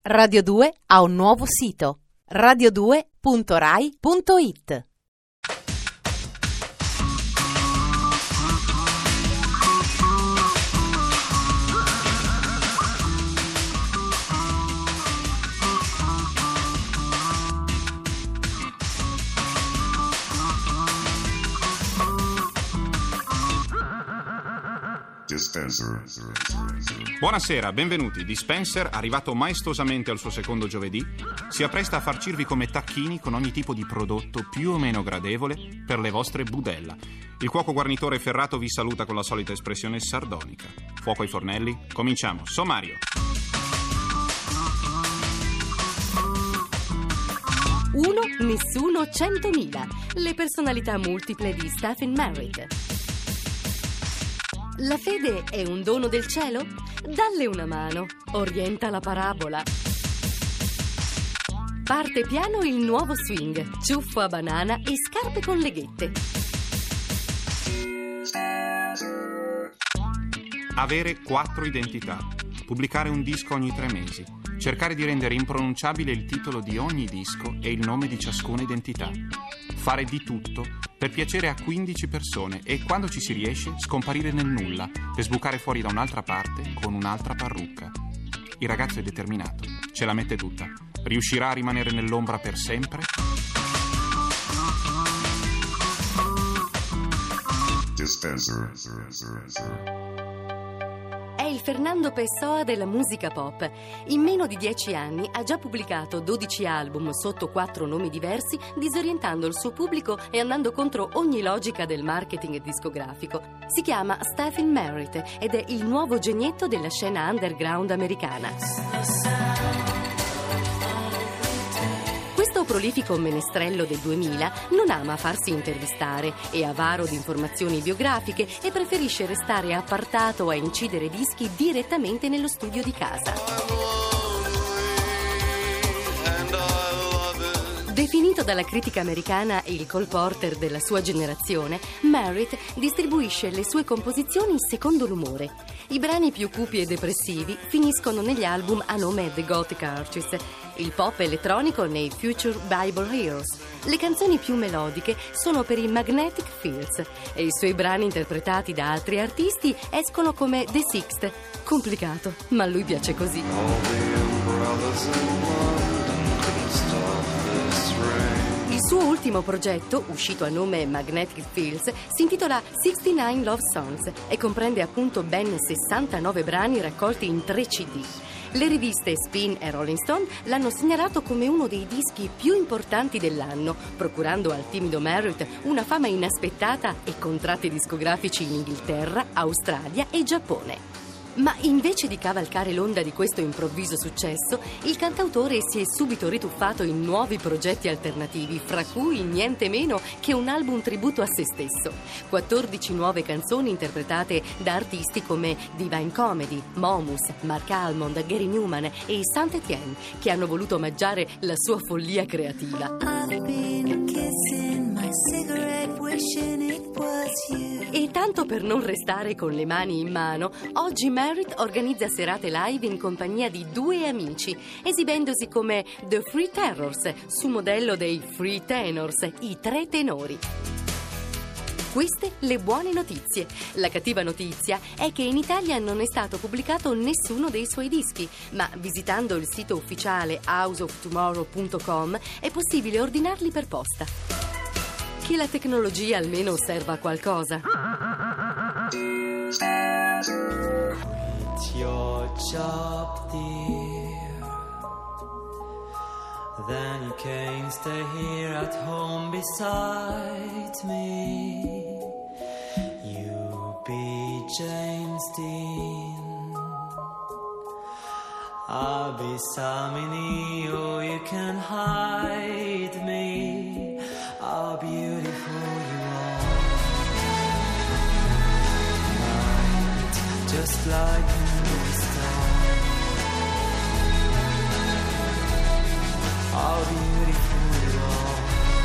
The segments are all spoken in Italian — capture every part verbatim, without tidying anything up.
Radio due ha un nuovo sito: radio due punto rai punto it. Dispenser. Buonasera, benvenuti. Dispenser, arrivato maestosamente al suo secondo giovedì, si appresta a farcirvi come tacchini con ogni tipo di prodotto più o meno gradevole per le vostre budella. Il cuoco guarnitore Ferrato vi saluta con la solita espressione sardonica. Fuoco ai fornelli? Cominciamo. Sommario. Uno, nessuno, centomila. Le personalità multiple di Stephen Merritt. La fede è un dono del cielo? Dalle una mano, orienta la parabola. Parte piano il nuovo swing, ciuffo a banana e scarpe con leghette. Avere quattro identità. Pubblicare un disco ogni tre mesi. Cercare di rendere impronunciabile il titolo di ogni disco e il nome di ciascuna identità. Fare di tutto per piacere a quindici persone e, quando ci si riesce, scomparire nel nulla per sbucare fuori da un'altra parte con un'altra parrucca. Il ragazzo è determinato, ce la mette tutta. Riuscirà a rimanere nell'ombra per sempre? Dispenser. È il Fernando Pessoa della musica pop. In meno di dieci anni ha già pubblicato dodici album sotto quattro nomi diversi, disorientando il suo pubblico e andando contro ogni logica del marketing discografico. Si chiama Stephen Merritt ed è il nuovo genietto della scena underground americana. Questo prolifico menestrello del duemila non ama farsi intervistare, è avaro di informazioni biografiche e preferisce restare appartato a incidere dischi direttamente nello studio di casa. Definito dalla critica americana il Cole Porter della sua generazione, Merritt distribuisce le sue composizioni secondo l'umore. I brani più cupi e depressivi finiscono negli album a nome The Gothic Arches, il pop elettronico nei Future Bible Heroes. Le canzoni più melodiche sono per i Magnetic Fields e i suoi brani interpretati da altri artisti escono come The Sixth. Complicato, ma a lui piace così. Il suo ultimo progetto, uscito a nome Magnetic Fields, si intitola sessantanove Love Songs e comprende appunto ben sessantanove brani raccolti in tre C D. Le riviste Spin e Rolling Stone l'hanno segnalato come uno dei dischi più importanti dell'anno, procurando al timido Merritt una fama inaspettata e contratti discografici in Inghilterra, Australia e Giappone. Ma invece di cavalcare l'onda di questo improvviso successo, il cantautore si è subito rituffato in nuovi progetti alternativi, fra cui niente meno che un album tributo a se stesso. quattordici nuove canzoni interpretate da artisti come Divine Comedy, Momus, Mark Almond, Gary Newman e Saint Etienne, che hanno voluto omaggiare la sua follia creativa. E tanto per non restare con le mani in mano, oggi Merritt organizza serate live in compagnia di due amici, esibendosi come The Free Terrors, su modello dei Free Tenors, i tre tenori. Queste le buone notizie. La cattiva notizia è che in Italia non è stato pubblicato nessuno dei suoi dischi, ma visitando il sito ufficiale house of tomorrow punto com è possibile ordinarli per posta. Che la tecnologia almeno serva a qualcosa. Quit your job, dear. Then you can stay here at home beside me. You be James Dean, I'll be Samini, or you can hide me. How beautiful you are, night, just like a movie star. How beautiful you are,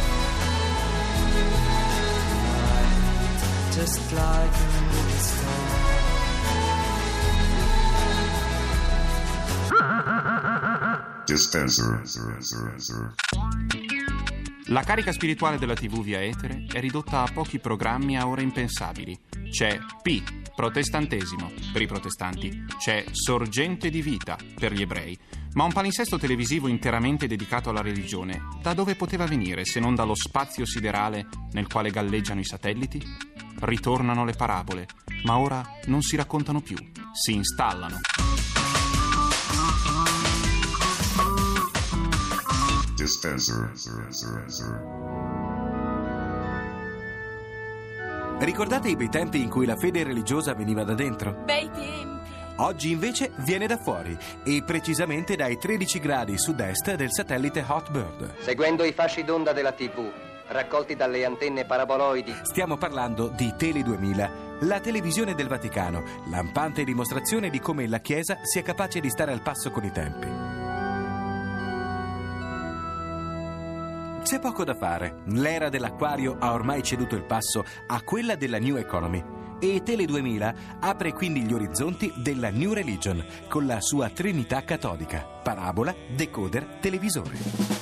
night, just like a movie star. Dispenser. La carica spirituale della tivù via etere è ridotta a pochi programmi a ore impensabili. C'è P, protestantesimo, per i protestanti. C'è Sorgente di vita, per gli ebrei. Ma un palinsesto televisivo interamente dedicato alla religione, da dove poteva venire se non dallo spazio siderale nel quale galleggiano i satelliti? Ritornano le parabole, ma ora non si raccontano più, si installano. Dispenser. Ricordate i bei tempi in cui la fede religiosa veniva da dentro? Bei tempi. Oggi invece viene da fuori, e precisamente dai tredici gradi sud-est del satellite Hotbird. Seguendo i fasci d'onda della tivù, raccolti dalle antenne paraboloidi. Stiamo parlando di Tele duemila, la televisione del Vaticano, lampante dimostrazione di come la Chiesa sia capace di stare al passo con i tempi. C'è poco da fare. L'era dell'acquario ha ormai ceduto il passo a quella della New Economy. E Tele duemila apre quindi gli orizzonti della New Religion con la sua trinità cattolica: parabola, decoder, televisore.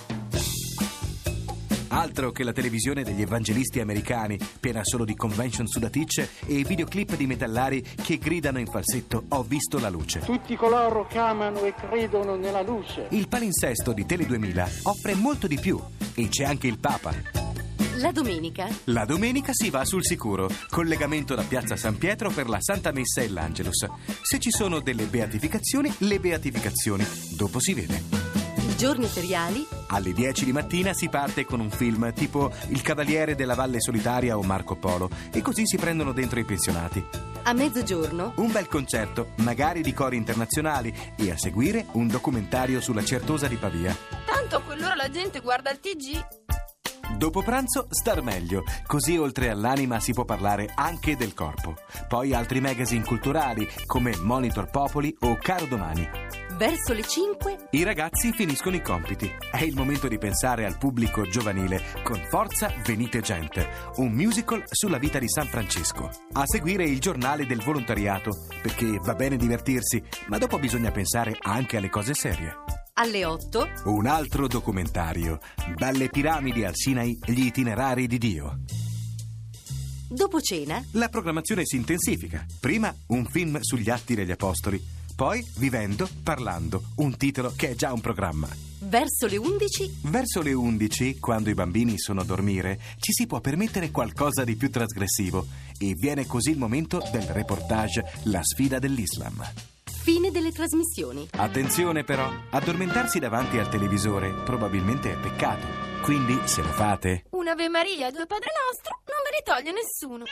Altro che la televisione degli evangelisti americani, piena solo di convention sudaticce e videoclip di metallari che gridano in falsetto «Ho visto la luce». Tutti coloro che amano e credono nella luce. Il palinsesto di Tele duemila offre molto di più, e c'è anche il Papa. La domenica? La domenica si va sul sicuro. Collegamento da Piazza San Pietro per la Santa Messa e l'Angelus. Se ci sono delle beatificazioni, le beatificazioni. Dopo si vede. I giorni feriali? Alle dieci di mattina si parte con un film tipo Il Cavaliere della Valle Solitaria o Marco Polo, e così si prendono dentro i pensionati. A mezzogiorno? Un bel concerto, magari di cori internazionali, e a seguire un documentario sulla Certosa di Pavia. Tanto a quell'ora la gente guarda il T G. Dopo pranzo star meglio, così oltre all'anima si può parlare anche del corpo. Poi altri magazine culturali come Monitor Popoli o Caro Domani. Verso le cinque? I ragazzi finiscono i compiti. È il momento di pensare al pubblico giovanile con Forza Venite Gente, un musical sulla vita di San Francesco. A seguire il giornale del volontariato, perché va bene divertirsi, ma dopo bisogna pensare anche alle cose serie. Alle otto? Un altro documentario, Dalle piramidi al Sinai, gli itinerari di Dio. Dopo cena? La programmazione si intensifica. Prima un film sugli Atti degli Apostoli, poi Vivendo, parlando, un titolo che è già un programma. Verso le undici? Verso le undici, quando i bambini sono a dormire, ci si può permettere qualcosa di più trasgressivo, e viene così il momento del reportage La sfida dell'Islam. Fine delle trasmissioni. Attenzione però, addormentarsi davanti al televisore probabilmente è peccato. Quindi, se lo fate... Un Ave Maria, due Padre Nostro, non me li toglie nessuno.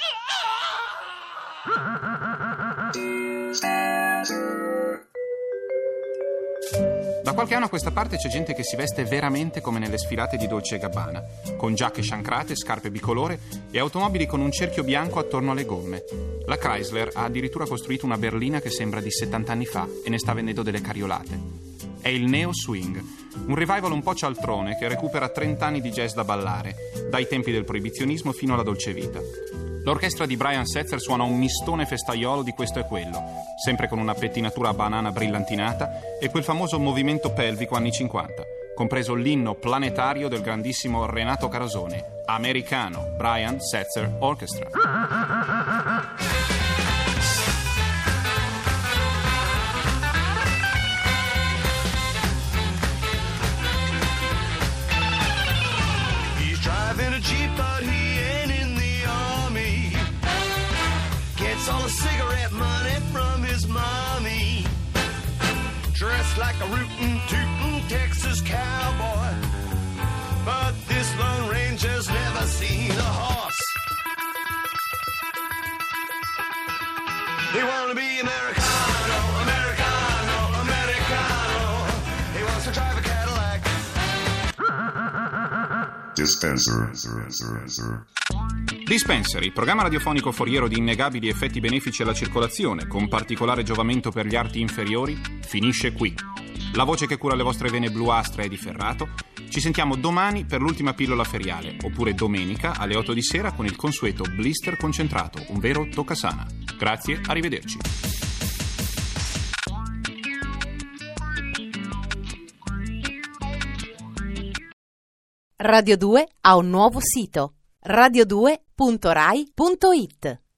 Da qualche anno a questa parte c'è gente che si veste veramente come nelle sfilate di Dolce e Gabbana, con giacche sciancrate, scarpe bicolore e automobili con un cerchio bianco attorno alle gomme. La Chrysler ha addirittura costruito una berlina che sembra di settanta anni fa e ne sta vendendo delle cariolate. È il Neo Swing, un revival un po' cialtrone che recupera trenta anni di jazz da ballare, dai tempi del proibizionismo fino alla dolce vita. L'orchestra di Brian Setzer suona un mistone festaiolo di questo e quello, sempre con una pettinatura a banana brillantinata e quel famoso movimento pelvico anni cinquanta, compreso l'inno planetario del grandissimo Renato Carosone, Americano Brian Setzer Orchestra. He's driving a Jeep, but he ain't in the army. Gets all the cigarette money from his mommy. Dressed like a rootin' tootin' Texas cowboy, but this Lone Ranger's never seen a horse. They wanna be Americano, Americano, Americano. He wants to drive a Cadillac. Dispenser. Dispenseri, programma radiofonico foriero di innegabili effetti benefici alla circolazione, con particolare giovamento per gli arti inferiori, finisce qui. La voce che cura le vostre vene bluastre è di Ferrato. Ci sentiamo domani per l'ultima pillola feriale, oppure domenica alle otto di sera con il consueto blister concentrato, un vero toccasana. Grazie, arrivederci. Radio due ha un nuovo sito: radio due punto rai punto it.